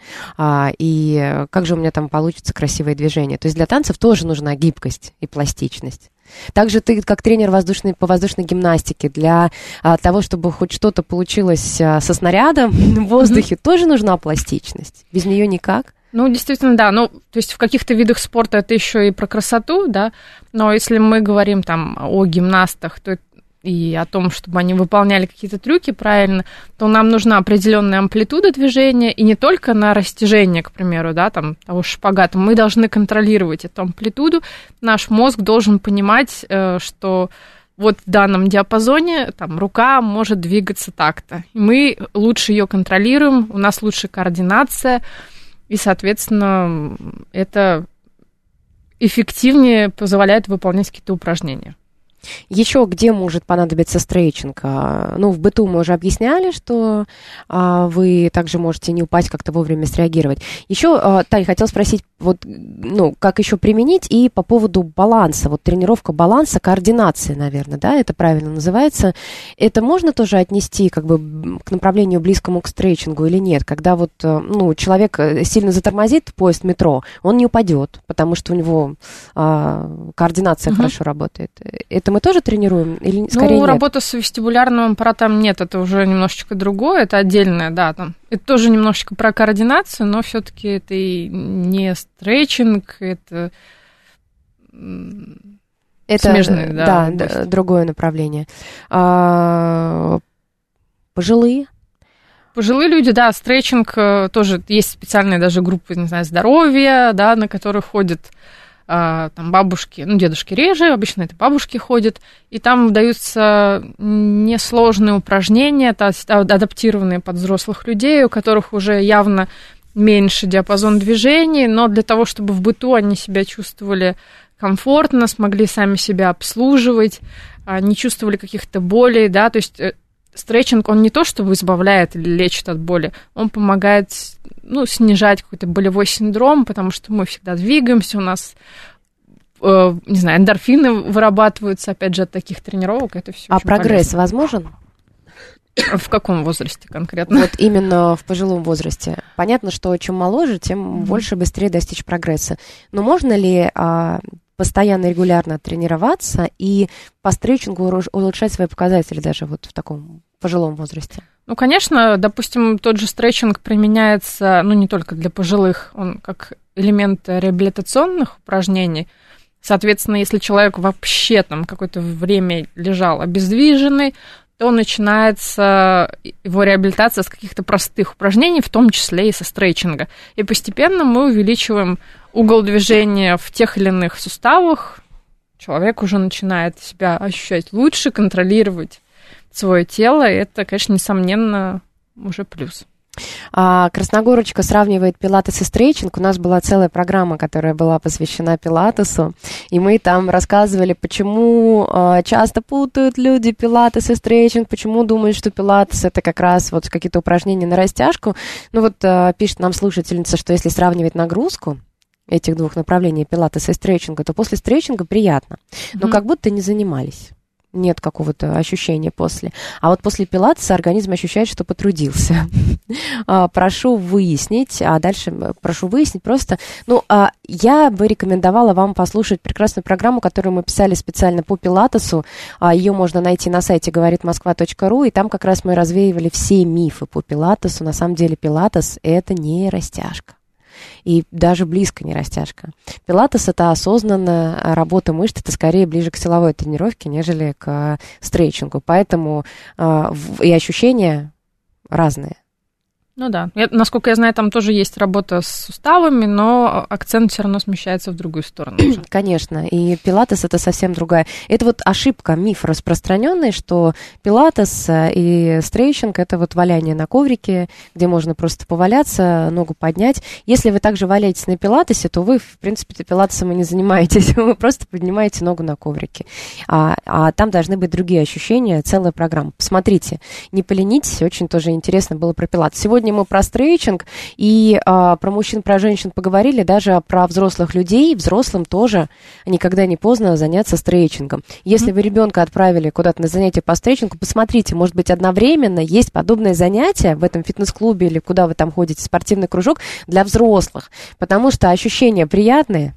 И как же у меня там получится красивое движение? То есть для танцев тоже нужна гибкость и пластичность. Также ты, как тренер по воздушной гимнастике, для того, чтобы хоть что-то получилось со снарядом в воздухе, тоже нужна пластичность. Без нее никак. Ну, действительно, да. Ну, то есть в каких-то видах спорта это еще и про красоту, да. Но если мы говорим там о гимнастах, то и о том, чтобы они выполняли какие-то трюки правильно, то нам нужна определенная амплитуда движения, и не только на растяжение, к примеру, да, там, того шпагата. Мы должны контролировать эту амплитуду. Наш мозг должен понимать, что вот в данном диапазоне там рука может двигаться так-то. И мы лучше ее контролируем, у нас лучше координация, и, соответственно, это эффективнее позволяет выполнять какие-то упражнения. Еще где может понадобиться стрейчинг? Ну, в быту мы уже объясняли, что вы также можете не упасть, как-то вовремя среагировать. Еще, Тань, хотела спросить, вот, ну, как еще применить и по поводу баланса. Вот тренировка баланса, координации, наверное, да, это правильно называется. Это можно тоже отнести как бы к направлению близкому к стрейчингу или нет? Когда вот, ну, человек сильно затормозит поезд метро, он не упадет, потому что у него координация хорошо работает. Это мы тоже тренируем или скорее нет? Работа с вестибулярным аппаратом нет, это уже немножечко другое, это отдельное, да, там. Это тоже немножечко про координацию, но все-таки это и не стретчинг, это смежные, да, другое направление. Пожилые? Пожилые люди, да, стретчинг тоже, есть специальные даже группы, не знаю, здоровья, да, на которые ходят там бабушки, ну, дедушки реже, обычно это бабушки ходят, и там даются несложные упражнения, адаптированные под взрослых людей, у которых уже явно меньше диапазон движений, но для того, чтобы в быту они себя чувствовали комфортно, смогли сами себя обслуживать, не чувствовали каких-то болей, да, то есть стретчинг, он не то, чтобы избавляет или лечит от боли, он помогает, ну, снижать какой-то болевой синдром, потому что мы всегда двигаемся, у нас, не знаю, эндорфины вырабатываются, опять же, от таких тренировок, это все. А прогресс возможен? В каком возрасте конкретно? Вот именно в пожилом возрасте. Понятно, что чем моложе, тем больше, быстрее достичь прогресса. Но можно ли постоянно, регулярно тренироваться и по стретчингу улучшать свои показатели даже вот в таком пожилом возрасте? Ну, конечно, допустим, тот же стретчинг применяется, ну, не только для пожилых, он как элемент реабилитационных упражнений. Соответственно, если человек вообще там какое-то время лежал обездвиженный, то начинается его реабилитация с каких-то простых упражнений, в том числе и со стретчинга. И постепенно мы увеличиваем угол движения в тех или иных суставах. Человек уже начинает себя ощущать лучше, контролировать свое тело. И это, конечно, несомненно, уже плюс. Красногорочка сравнивает пилатес и стрейчинг. У нас была целая программа, которая была посвящена пилатесу, и мы там рассказывали, почему часто путают люди пилатес и стрейчинг, почему думают, что пилатес это как раз вот какие-то упражнения на растяжку. Ну вот пишет нам слушательница, что если сравнивать нагрузку этих двух направлений, пилатеса и стрейчинга, то после стрейчинга приятно, но как будто не занимались. Нет какого-то ощущения после. А вот после пилатеса организм ощущает, что потрудился. Прошу выяснить, просто... я бы рекомендовала вам послушать прекрасную программу, которую мы писали специально по пилатесу. Ее можно найти на сайте говоритмосква.ру, и там как раз мы развеивали все мифы по пилатесу. На самом деле пилатес – это не растяжка. И даже близко не растяжка. Пилатес – это осознанная работа мышц, это скорее ближе к силовой тренировке, нежели к стрейчингу. Поэтому и ощущения разные. Ну да. Насколько я знаю, там тоже есть работа с суставами, но акцент все равно смещается в другую сторону. Конечно. И пилатес это совсем другая. Это вот ошибка, миф распространенный, что пилатес и стрейчинг это вот валяние на коврике, где можно просто поваляться, ногу поднять. Если вы также валяетесь на пилатесе, то вы, в принципе, пилатесом и не занимаетесь. Вы просто поднимаете ногу на коврике. А там должны быть другие ощущения, целая программа. Посмотрите, не поленитесь, очень тоже интересно было про пилатес. Сегодня мы про стрейчинг и про мужчин, про женщин поговорили, даже про взрослых людей. Взрослым тоже никогда не поздно заняться стрейчингом. Если вы ребенка отправили куда-то на занятие по стрейчингу, посмотрите, может быть, одновременно есть подобное занятие в этом фитнес-клубе или куда вы там ходите, спортивный кружок для взрослых, потому что ощущения приятные.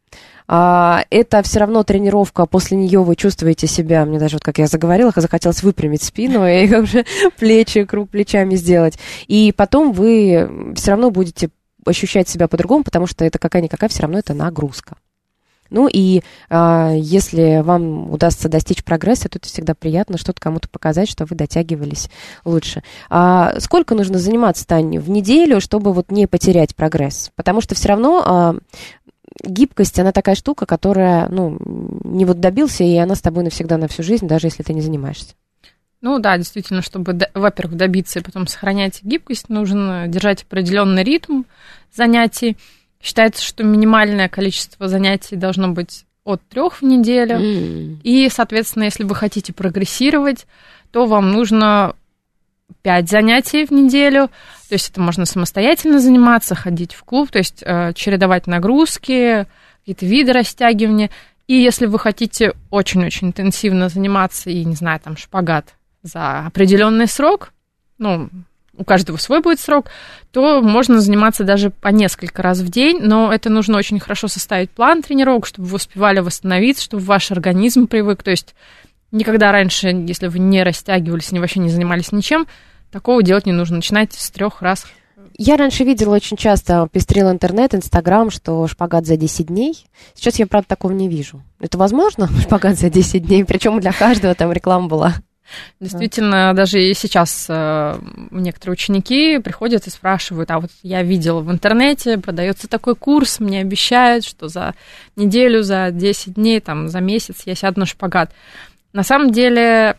Это все равно тренировка, после нее вы чувствуете себя, мне даже вот как я заговорила, захотелось выпрямить спину и уже плечи, круг плечами сделать. И потом вы все равно будете ощущать себя по-другому, потому что это какая-никакая все равно это нагрузка. Ну и если вам удастся достичь прогресса, то это всегда приятно что-то кому-то показать, что вы дотягивались лучше. Сколько нужно заниматься, Тань, в неделю, чтобы вот не потерять прогресс? Потому что все равно... гибкость, она такая штука, которая, не вот добился, и она с тобой навсегда, на всю жизнь, даже если ты не занимаешься. Ну да, действительно, чтобы, во-первых, добиться и потом сохранять гибкость, нужно держать определенный ритм занятий. Считается, что минимальное количество занятий должно быть от 3 в неделю. И, соответственно, если вы хотите прогрессировать, то вам нужно 5 занятий в неделю, то есть это можно самостоятельно заниматься, ходить в клуб, то есть чередовать нагрузки, какие-то виды растягивания. И если вы хотите очень-очень интенсивно заниматься и, не знаю, там шпагат за определенный срок, у каждого свой будет срок, то можно заниматься даже по несколько раз в день, но это нужно очень хорошо составить план тренировок, чтобы вы успевали восстановиться, чтобы ваш организм привык, то есть никогда раньше, если вы не растягивались, вообще не занимались ничем, такого делать не нужно. Начинайте с 3 раз. Я раньше видела очень часто, пестрил интернет, Инстаграм, что шпагат за 10 дней. Сейчас я, правда, такого не вижу. Это возможно, шпагат за 10 дней? Причем для каждого там реклама была. Действительно, даже и сейчас некоторые ученики приходят и спрашивают, а вот я видела в интернете, продается такой курс, мне обещают, что за неделю, за 10 дней, там, за месяц я сяду на шпагат. На самом деле,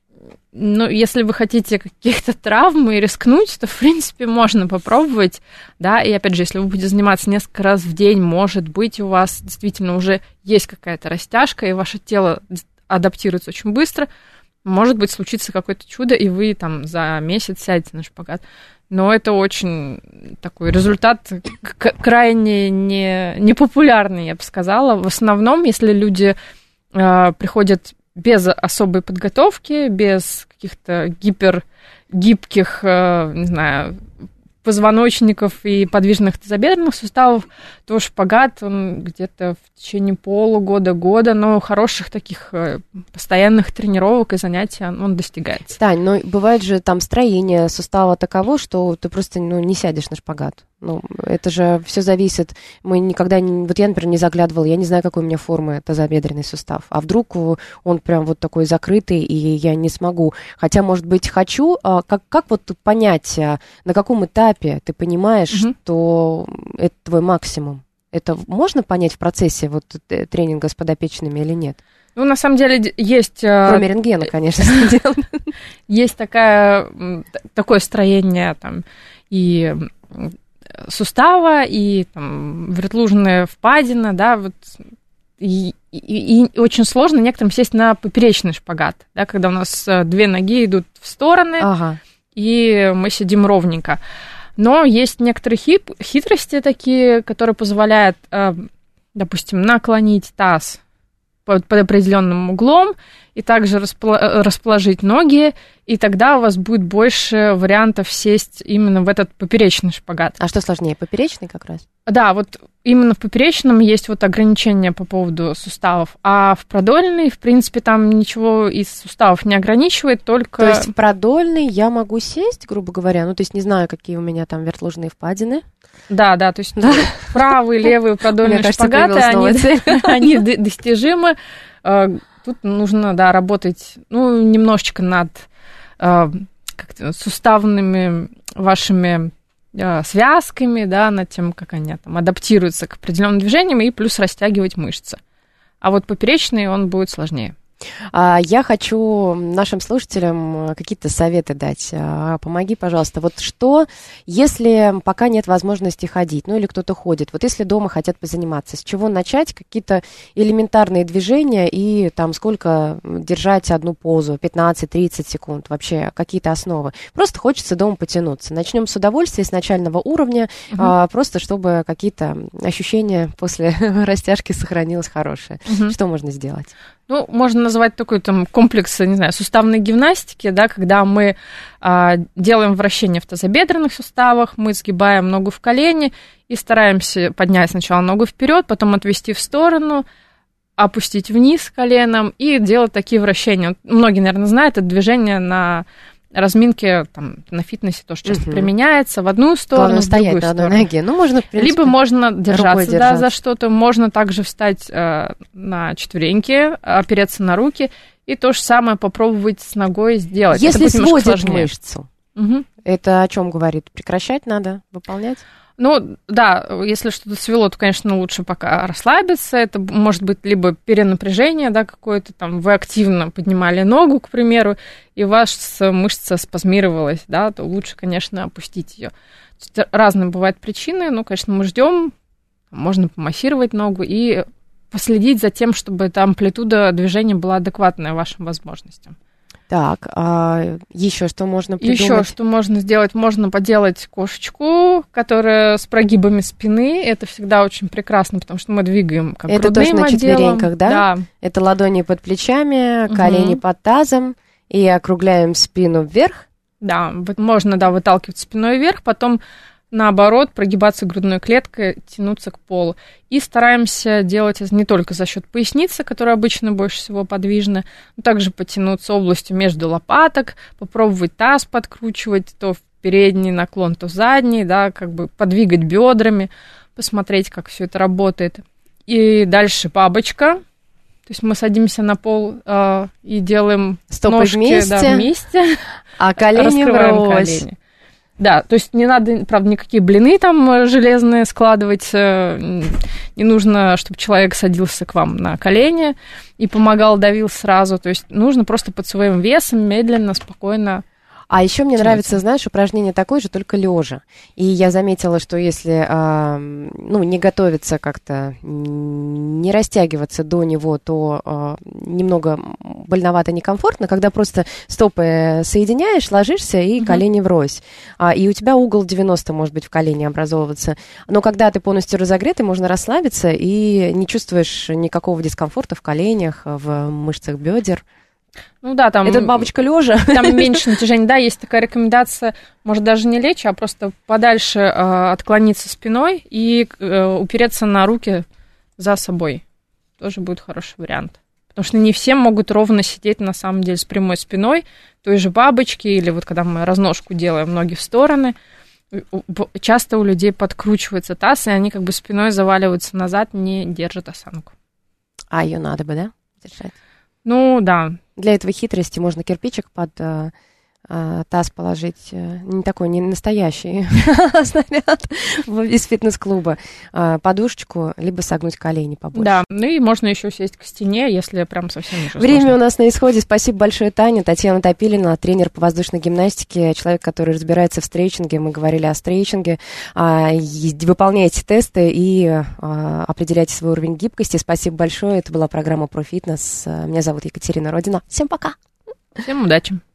если вы хотите каких-то травм и рискнуть, то, в принципе, можно попробовать, да, и, опять же, если вы будете заниматься несколько раз в день, может быть, у вас действительно уже есть какая-то растяжка, и ваше тело адаптируется очень быстро, может быть, случится какое-то чудо, и вы там за месяц сядете на шпагат. Но это очень такой результат крайне непопулярный, я бы сказала. В основном, если люди приходят без особой подготовки, без каких-то гибких, не знаю, позвоночников и подвижных тазобедренных суставов, то шпагат, он где-то в течение полугода-года, но хороших таких постоянных тренировок и занятий он достигается. Тань, но бывает же там строение сустава таково, что ты просто не сядешь на шпагат. Это же все зависит. Мы никогда не... Вот я, например, не заглядывала, я не знаю, какой у меня формы тазобедренный сустав. А вдруг он прям вот такой закрытый, и я не смогу. Хотя, может быть, хочу. Как вот понять, на каком этапе ты понимаешь, что это твой максимум? Это можно понять в процессе тренинга с подопечными или нет? На самом деле есть... Кроме рентгена, конечно, есть такое строение, там, и сустава, и там, вертлужная впадина, да, вот. И очень сложно некоторым сесть на поперечный шпагат, да, когда у нас две ноги идут в стороны, и мы сидим ровненько. Но есть некоторые хитрости такие, которые позволяют, допустим, наклонить таз под определенным углом и также расположить ноги, и тогда у вас будет больше вариантов сесть именно в этот поперечный шпагат. А что сложнее, поперечный как раз? Да, вот именно в поперечном есть вот ограничения по поводу суставов, а в продольный, в принципе, там ничего из суставов не ограничивает, только... То есть в продольный я могу сесть, грубо говоря, ну, то есть не знаю, какие у меня там вертлужные впадины. Да, то есть правые, левые продольные шпагаты, они достижимы. Тут нужно, да, работать, ну, немножечко над суставными вашими связками, да, над тем, как они там адаптируются к определенным движениям, и плюс растягивать мышцы. А вот поперечный, он будет сложнее. Я хочу нашим слушателям какие-то советы дать. Помоги, пожалуйста. Вот что, если пока нет возможности ходить, ну или кто-то ходит, вот если дома хотят позаниматься, с чего начать? Какие-то элементарные движения и там сколько держать одну позу, 15-30 секунд, вообще какие-то основы. Просто хочется дома потянуться. Начнем с удовольствия, с начального уровня, просто чтобы какие-то ощущения после растяжки сохранилось хорошее. Что можно сделать? Ну, можно назвать такой там комплекс, не знаю, суставной гимнастики, да, когда мы делаем вращение в тазобедренных суставах, мы сгибаем ногу в колени и стараемся поднять сначала ногу вперед, потом отвести в сторону, опустить вниз коленом и делать такие вращения. Многие, наверное, знают это движение на разминке там, на фитнесе тоже часто применяется в одну сторону, в другую сторону. На ноге. Ну, можно, в принципе, либо можно держаться за что-то, можно также встать на четвереньки, опереться на руки и то же самое попробовать с ногой сделать. Если сводит мышцу, это о чем говорит? Прекращать надо, выполнять? Ну, да, если что-то свело, то, конечно, лучше пока расслабиться. Это может быть либо перенапряжение, да, какое-то там, вы активно поднимали ногу, к примеру, и ваша мышца спазмировалась, да, то лучше, конечно, опустить ее. Разные бывают причины, ну, конечно, мы ждем, можно помассировать ногу и последить за тем, чтобы эта амплитуда движения была адекватная вашим возможностям. Так, а еще что можно придумать? Еще что можно сделать? Можно поделать кошечку, которая с прогибами спины. Это всегда очень прекрасно, потому что мы двигаем как это грудным отделом. Это тоже на четвереньках, да? Да. Это ладони под плечами, колени под тазом, и округляем спину вверх. Да, можно, да, выталкивать спиной вверх, потом наоборот, прогибаться грудной клеткой, тянуться к полу. И стараемся делать это не только за счет поясницы, которая обычно больше всего подвижна, но также потянуться областью между лопаток, попробовать таз подкручивать, то в передний наклон, то в задний, да, как бы подвигать бедрами, посмотреть, как все это работает. И дальше бабочка. То есть мы садимся на пол и делаем стопы ножки вместе, а колени врозь. Да, то есть не надо, правда, никакие блины там железные складывать, не нужно, чтобы человек садился к вам на колени и помогал, давил сразу, то есть нужно просто под своим весом медленно, спокойно. А еще мне нравится, знаешь, упражнение такое же, только лежа. И я заметила, что если не готовиться как-то, не растягиваться до него, то немного больновато, некомфортно, когда просто стопы соединяешь, ложишься и колени врозь. И у тебя угол 90 может быть в колене образовываться. Но когда ты полностью разогретый, можно расслабиться и не чувствуешь никакого дискомфорта в коленях, в мышцах бедер. Ну да, там... Это бабочка лежа. Там меньше натяжения. Да, есть такая рекомендация, может, даже не лечь, а просто подальше отклониться спиной и упереться на руки за собой. Тоже будет хороший вариант. Потому что не все могут ровно сидеть, на самом деле, с прямой спиной той же бабочки, или вот когда мы разножку делаем, ноги в стороны, часто у людей подкручивается таз, и они как бы спиной заваливаются назад, не держат осанку. А ее надо бы, да, держать? Ну, да. Для этого хитрости можно кирпичик под таз положить, не такой, не настоящий снаряд из фитнес-клуба, подушечку, либо согнуть колени побольше. Да, ну и можно еще сесть к стене, если прям совсем уже Время сложно. у нас на исходе. Спасибо большое, Таня. Татьяна Топилина, тренер по воздушной гимнастике, человек, который разбирается в стретчинге. Мы говорили о стретчинге. Выполняйте тесты и определяйте свой уровень гибкости. Спасибо большое. Это была программа «Про фитнес». Меня зовут Екатерина Родина. Всем пока! Всем удачи!